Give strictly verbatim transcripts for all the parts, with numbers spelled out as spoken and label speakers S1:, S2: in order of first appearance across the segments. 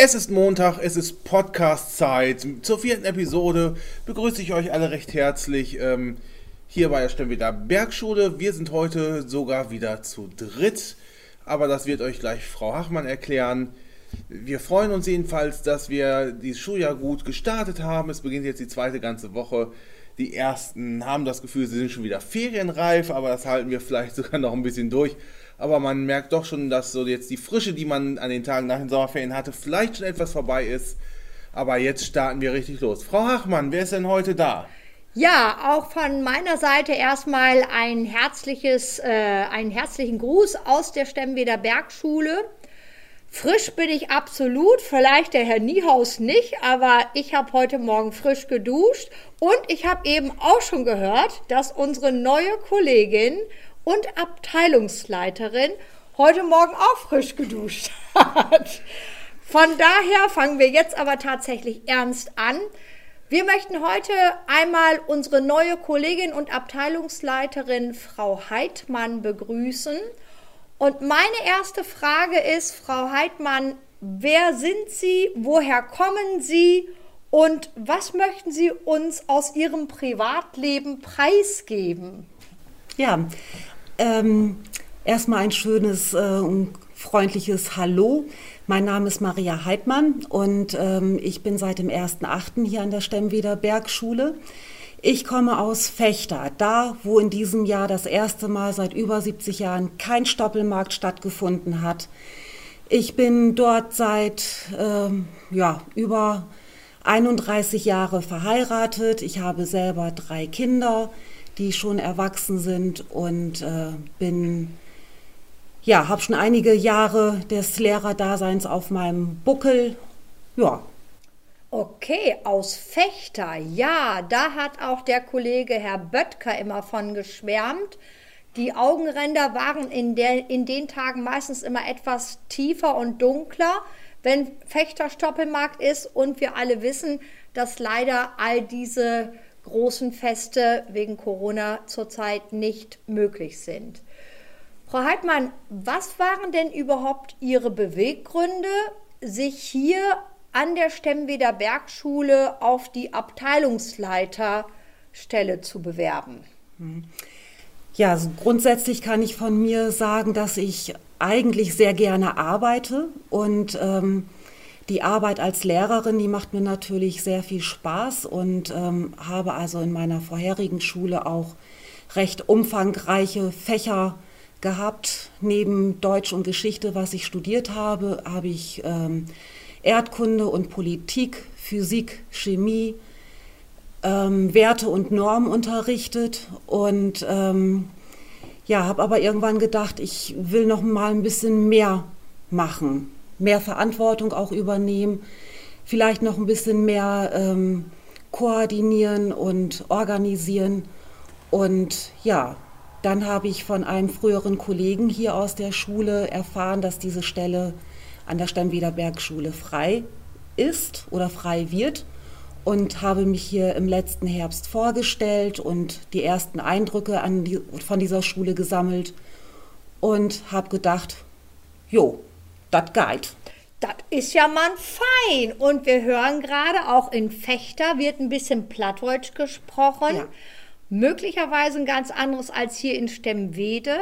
S1: Es ist Montag, es ist Podcast-Zeit. Zur vierten Episode begrüße ich euch alle recht herzlich ähm, hier bei der Stemmweder Bergschule. Wir sind heute sogar wieder zu dritt, aber das wird euch gleich Frau Hachmann erklären. Wir freuen uns jedenfalls, dass wir dieses Schuljahr gut gestartet haben. Es beginnt jetzt die zweite ganze Woche. Die ersten haben das Gefühl, sie sind schon wieder ferienreif, aber das halten wir vielleicht sogar noch ein bisschen durch. Aber man merkt doch schon, dass so jetzt die Frische, die man an den Tagen nach den Sommerferien hatte, vielleicht schon etwas vorbei ist. Aber jetzt starten wir richtig los. Frau Hachmann, wer ist denn heute da?
S2: Ja, auch von meiner Seite erstmal ein herzliches, äh, einen herzlichen Gruß aus der Stemmweder Bergschule. Frisch bin ich absolut, vielleicht der Herr Niehaus nicht, aber ich habe heute Morgen frisch geduscht und ich habe eben auch schon gehört, dass unsere neue Kollegin und Abteilungsleiterin heute Morgen auch frisch geduscht hat. Von daher fangen wir jetzt aber tatsächlich ernst an. Wir möchten heute einmal unsere neue Kollegin und Abteilungsleiterin Frau Heidmann begrüßen. Und meine erste Frage ist, Frau Heidmann, wer sind Sie, woher kommen Sie und was möchten Sie uns aus Ihrem Privatleben preisgeben?
S3: Ja, ähm, erstmal ein schönes äh, und freundliches Hallo. Mein Name ist Maria Heidmann und ähm, ich bin seit dem ersten achten hier an der Stemmweder Bergschule. Ich komme aus Vechta, da wo in diesem Jahr das erste Mal seit über siebzig Jahren kein Stoppelmarkt stattgefunden hat. Ich bin dort seit ähm, ja, über einunddreißig Jahre verheiratet. Ich habe selber drei Kinder, die schon erwachsen sind und äh, bin, ja, habe schon einige Jahre des Lehrerdaseins auf meinem Buckel, ja.
S2: Okay, aus Vechta, ja, da hat auch der Kollege Herr Böttger immer von geschwärmt. Die Augenränder waren in, der, in den Tagen meistens immer etwas tiefer und dunkler, wenn Vechta Stoppelmarkt ist und wir alle wissen, dass leider all diese großen Feste wegen Corona zurzeit nicht möglich sind. Frau Heidmann, was waren denn überhaupt Ihre Beweggründe, sich hier an der Stemmweder Bergschule auf die Abteilungsleiterstelle zu bewerben?
S3: Ja, also grundsätzlich kann ich von mir sagen, dass ich eigentlich sehr gerne arbeite und ähm, die Arbeit als Lehrerin, die macht mir natürlich sehr viel Spaß und ähm, habe also in meiner vorherigen Schule auch recht umfangreiche Fächer gehabt. Neben Deutsch und Geschichte, was ich studiert habe, habe ich ähm, Erdkunde und Politik, Physik, Chemie, ähm, Werte und Normen unterrichtet und ähm, ja, habe aber irgendwann gedacht, ich will noch mal ein bisschen mehr machen. Mehr Verantwortung auch übernehmen, vielleicht noch ein bisschen mehr ähm, koordinieren und organisieren. Und ja, dann habe ich von einem früheren Kollegen hier aus der Schule erfahren, dass diese Stelle an der Stemmweder Bergschule frei ist oder frei wird und habe mich hier im letzten Herbst vorgestellt und die ersten Eindrücke an die, von dieser Schule gesammelt und habe gedacht, jo, das geht.
S2: Das ist ja mal fein. Und wir hören gerade, auch in Vechta wird ein bisschen Plattdeutsch gesprochen. Ja. Möglicherweise ein ganz anderes als hier in Stemmwede.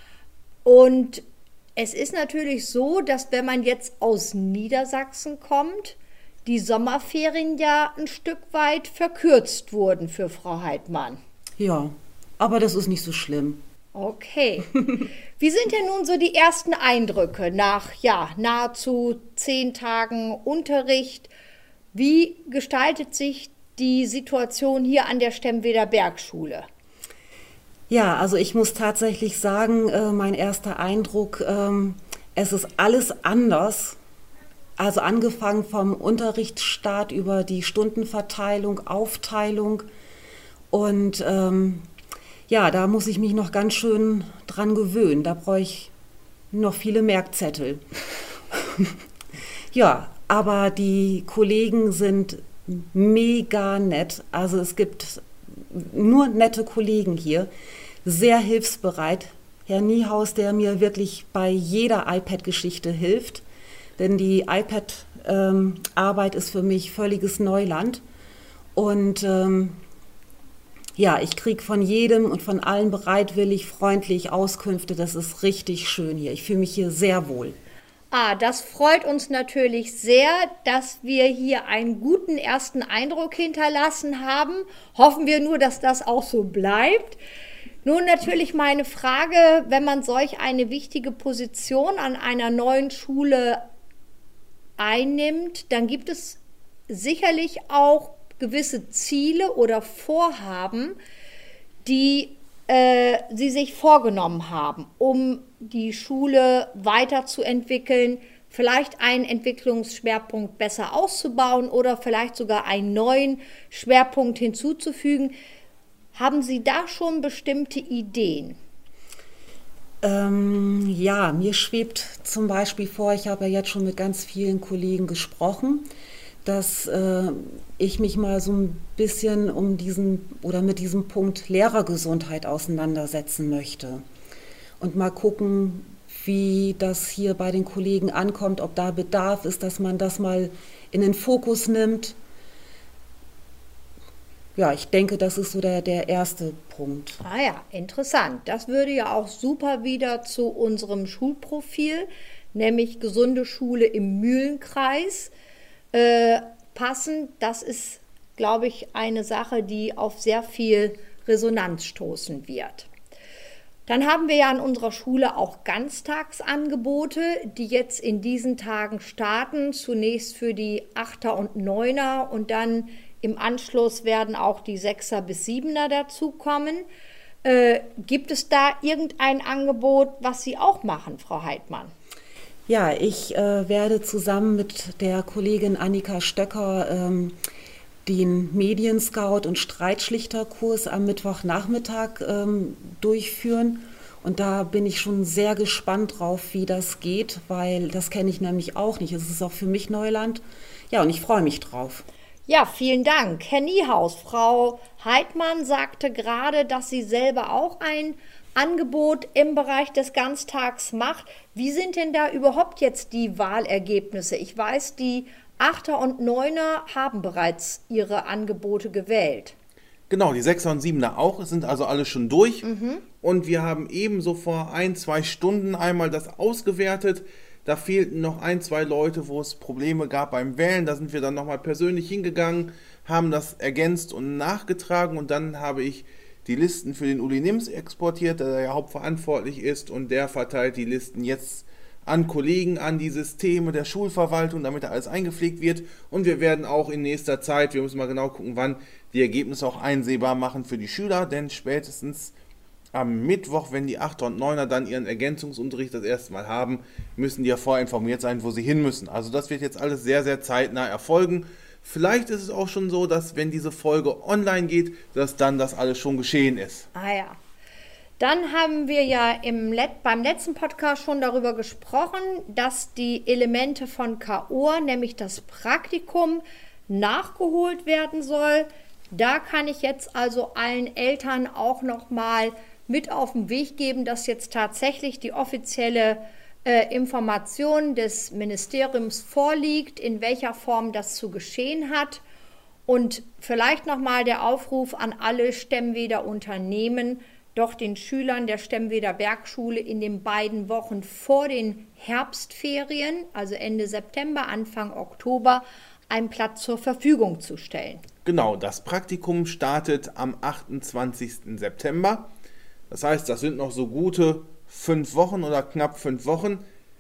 S2: Und es ist natürlich so, dass wenn man jetzt aus Niedersachsen kommt, die Sommerferien ja ein Stück weit verkürzt wurden für Frau Heidmann.
S3: Ja, aber das ist nicht so schlimm.
S2: Okay. Wie sind denn nun so die ersten Eindrücke nach ja, nahezu zehn Tagen Unterricht? Wie gestaltet sich die Situation hier an der Stemmweder Bergschule?
S3: Ja, also ich muss tatsächlich sagen, äh, mein erster Eindruck, ähm, es ist alles anders. Also angefangen vom Unterrichtsstart über die Stundenverteilung, Aufteilung und ähm, ja, da muss ich mich noch ganz schön dran gewöhnen. Da brauche ich noch viele Merkzettel. Ja, aber die Kollegen sind mega nett. Also es gibt nur nette Kollegen hier, sehr hilfsbereit. Herr Niehaus, der mir wirklich bei jeder iPad-Geschichte hilft. Denn die iPad Ähm, Arbeit ist für mich völliges Neuland. Und ähm, ja, ich kriege von jedem und von allen bereitwillig, freundlich Auskünfte. Das ist richtig schön hier. Ich fühle mich hier sehr wohl.
S2: Ah, das freut uns natürlich sehr, dass wir hier einen guten ersten Eindruck hinterlassen haben. Hoffen wir nur, dass das auch so bleibt. Nun natürlich meine Frage, wenn man solch eine wichtige Position an einer neuen Schule einnimmt, dann gibt es sicherlich auch gewisse Ziele oder Vorhaben, die äh, Sie sich vorgenommen haben, um die Schule weiterzuentwickeln, vielleicht einen Entwicklungsschwerpunkt besser auszubauen oder vielleicht sogar einen neuen Schwerpunkt hinzuzufügen. Haben Sie da schon bestimmte Ideen?
S3: Ähm, ja, mir schwebt zum Beispiel vor, ich habe ja jetzt schon mit ganz vielen Kollegen gesprochen, dass äh, ich mich mal so ein bisschen um diesen oder mit diesem Punkt Lehrergesundheit auseinandersetzen möchte und mal gucken, wie das hier bei den Kollegen ankommt, ob da Bedarf ist, dass man das mal in den Fokus nimmt. Ja, ich denke, das ist so der, der erste Punkt.
S2: Ah ja, interessant. Das würde ja auch super wieder zu unserem Schulprofil, nämlich gesunde Schule im Mühlenkreis, äh, passen. Das ist, glaube ich, eine Sache, die auf sehr viel Resonanz stoßen wird. Dann haben wir ja an unserer Schule auch Ganztagsangebote, die jetzt in diesen Tagen starten. Zunächst für die Achter und Neuner und dann im Anschluss werden auch die Sechser bis Siebener dazukommen. Äh, gibt es da irgendein Angebot, was Sie auch machen, Frau Heidmann?
S3: Ja, ich äh, werde zusammen mit der Kollegin Annika Stöcker ähm, den Medienscout- und Streitschlichterkurs am Mittwochnachmittag ähm, durchführen. Und da bin ich schon sehr gespannt drauf, wie das geht, weil das kenne ich nämlich auch nicht. Es ist auch für mich Neuland. Ja, und ich freue mich drauf.
S2: Ja, vielen Dank. Herr Niehaus, Frau Heidmann sagte gerade, dass sie selber auch ein Angebot im Bereich des Ganztags macht. Wie sind denn da überhaupt jetzt die Wahlergebnisse? Ich weiß, die Achter und Neuner haben bereits ihre Angebote gewählt.
S1: Genau, die Sechser und Siebener auch. Es sind also alle schon durch. Mhm. Und wir haben ebenso vor ein, zwei Stunden einmal das ausgewertet. Da fehlten noch ein, zwei Leute, wo es Probleme gab beim Wählen. Da sind wir dann nochmal persönlich hingegangen, haben das ergänzt und nachgetragen. Und dann habe ich die Listen für den Uli Nims exportiert, der ja hauptverantwortlich ist. Und der verteilt die Listen jetzt an Kollegen, an die Systeme der Schulverwaltung, damit da alles eingepflegt wird. Und wir werden auch in nächster Zeit, wir müssen mal genau gucken, wann, die Ergebnisse auch einsehbar machen für die Schüler. Denn spätestens am Mittwoch, wenn die Achter und Neuner dann ihren Ergänzungsunterricht das erste Mal haben, müssen die ja vorher informiert sein, wo sie hin müssen. Also das wird jetzt alles sehr, sehr zeitnah erfolgen. Vielleicht ist es auch schon so, dass wenn diese Folge online geht, dass dann das alles schon geschehen ist.
S2: Ah ja. Dann haben wir ja im Let- beim letzten Podcast schon darüber gesprochen, dass die Elemente von K O R, nämlich das Praktikum, nachgeholt werden soll. Da kann ich jetzt also allen Eltern auch noch mal mit auf den Weg geben, dass jetzt tatsächlich die offizielle äh, Information des Ministeriums vorliegt, in welcher Form das zu geschehen hat. Und vielleicht nochmal der Aufruf an alle Stemmweder Unternehmen, doch den Schülern der Stemmweder Bergschule in den beiden Wochen vor den Herbstferien, also Ende September, Anfang Oktober, einen Platz zur Verfügung zu stellen.
S1: Genau, das Praktikum startet am achtundzwanzigsten September. Das heißt, das sind noch so gute fünf Wochen oder knapp fünf Wochen.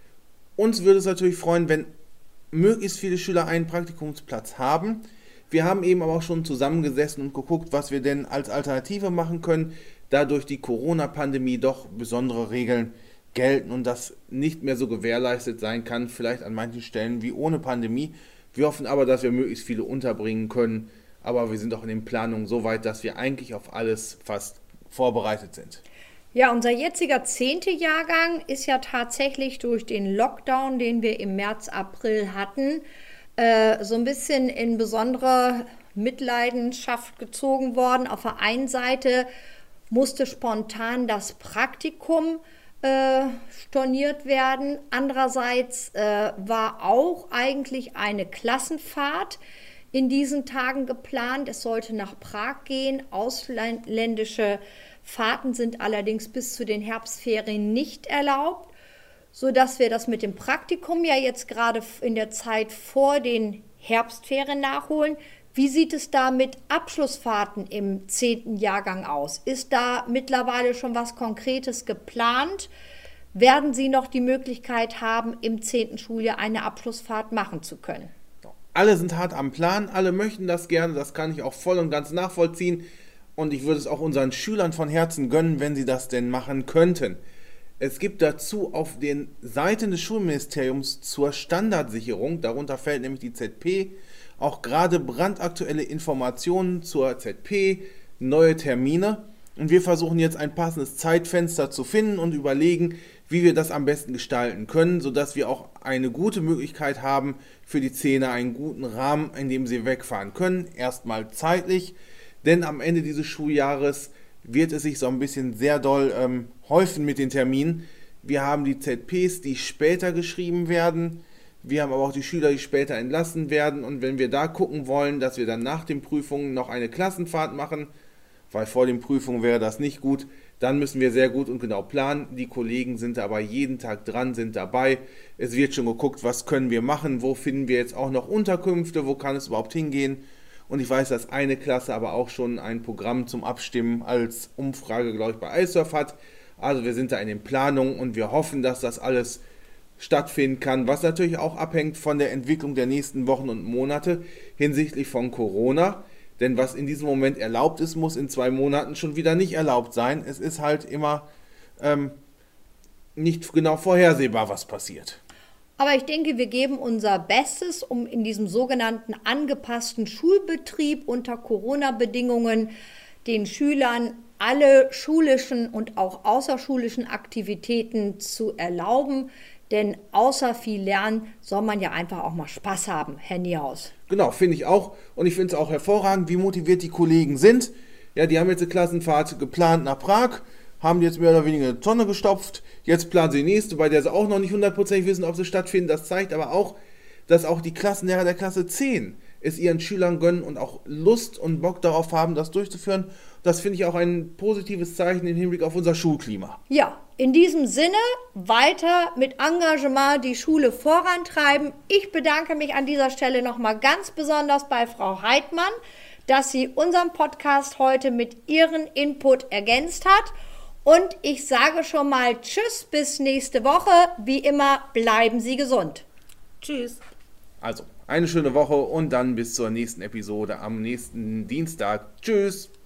S1: Uns würde es natürlich freuen, wenn möglichst viele Schüler einen Praktikumsplatz haben. Wir haben eben aber auch schon zusammengesessen und geguckt, was wir denn als Alternative machen können, da durch die Corona-Pandemie doch besondere Regeln gelten und das nicht mehr so gewährleistet sein kann, vielleicht an manchen Stellen wie ohne Pandemie. Wir hoffen aber, dass wir möglichst viele unterbringen können, aber wir sind auch in den Planungen so weit, dass wir eigentlich auf alles fast vorbereitet sind.
S2: Ja, unser jetziger zehnte Jahrgang ist ja tatsächlich durch den Lockdown, den wir im März, April hatten, äh, so ein bisschen in besondere Mitleidenschaft gezogen worden. Auf der einen Seite musste spontan das Praktikum äh, storniert werden. Andererseits äh, war auch eigentlich eine Klassenfahrt in diesen Tagen geplant. Es sollte nach Prag gehen. Ausländische Fahrten sind allerdings bis zu den Herbstferien nicht erlaubt, sodass wir das mit dem Praktikum ja jetzt gerade in der Zeit vor den Herbstferien nachholen. Wie sieht es da mit Abschlussfahrten im zehnten Jahrgang aus? Ist da mittlerweile schon was Konkretes geplant? Werden Sie noch die Möglichkeit haben, im zehnten Schuljahr eine Abschlussfahrt machen zu können?
S1: Alle sind hart am Plan, alle möchten das gerne, das kann ich auch voll und ganz nachvollziehen. Und ich würde es auch unseren Schülern von Herzen gönnen, wenn sie das denn machen könnten. Es gibt dazu auf den Seiten des Schulministeriums zur Standardsicherung, darunter fällt nämlich die Z P, auch gerade brandaktuelle Informationen zur Z P, neue Termine. Und wir versuchen jetzt ein passendes Zeitfenster zu finden und überlegen, wie wir das am besten gestalten können, sodass wir auch eine gute Möglichkeit haben, für die Zehner einen guten Rahmen, in dem sie wegfahren können. Erstmal zeitlich, denn am Ende dieses Schuljahres wird es sich so ein bisschen sehr doll ähm, häufen mit den Terminen. Wir haben die Z Ps, die später geschrieben werden. Wir haben aber auch die Schüler, die später entlassen werden. Und wenn wir da gucken wollen, dass wir dann nach den Prüfungen noch eine Klassenfahrt machen, weil vor den Prüfungen wäre das nicht gut, dann müssen wir sehr gut und genau planen. Die Kollegen sind aber jeden Tag dran, sind dabei. Es wird schon geguckt, was können wir machen, wo finden wir jetzt auch noch Unterkünfte, wo kann es überhaupt hingehen. Und ich weiß, dass eine Klasse aber auch schon ein Programm zum Abstimmen als Umfrage, glaube ich, bei iSurf hat. Also wir sind da in den Planungen und wir hoffen, dass das alles stattfinden kann, was natürlich auch abhängt von der Entwicklung der nächsten Wochen und Monate hinsichtlich von Corona. Denn was in diesem Moment erlaubt ist, muss in zwei Monaten schon wieder nicht erlaubt sein. Es ist halt immer ähm, nicht genau vorhersehbar, was passiert.
S2: Aber ich denke, wir geben unser Bestes, um in diesem sogenannten angepassten Schulbetrieb unter Corona-Bedingungen den Schülern alle schulischen und auch außerschulischen Aktivitäten zu erlauben. Denn außer viel Lernen soll man ja einfach auch mal Spaß haben, Herr Niehaus.
S1: Genau, finde ich auch. Und ich finde es auch hervorragend, wie motiviert die Kollegen sind. Ja, die haben jetzt eine Klassenfahrt geplant nach Prag, haben jetzt mehr oder weniger eine Tonne gestopft. Jetzt planen sie die nächste, bei der sie auch noch nicht hundertprozentig wissen, ob sie stattfinden. Das zeigt aber auch, dass auch die Klassenlehrer der Klasse zehn es ihren Schülern gönnen und auch Lust und Bock darauf haben, das durchzuführen. Das finde ich auch ein positives Zeichen im Hinblick auf unser Schulklima.
S2: Ja, in diesem Sinne weiter mit Engagement die Schule vorantreiben. Ich bedanke mich an dieser Stelle nochmal ganz besonders bei Frau Heidmann, dass sie unseren Podcast heute mit ihrem Input ergänzt hat. Und ich sage schon mal Tschüss, bis nächste Woche. Wie immer, bleiben Sie gesund.
S3: Tschüss.
S1: Also, eine schöne Woche und dann bis zur nächsten Episode am nächsten Dienstag. Tschüss.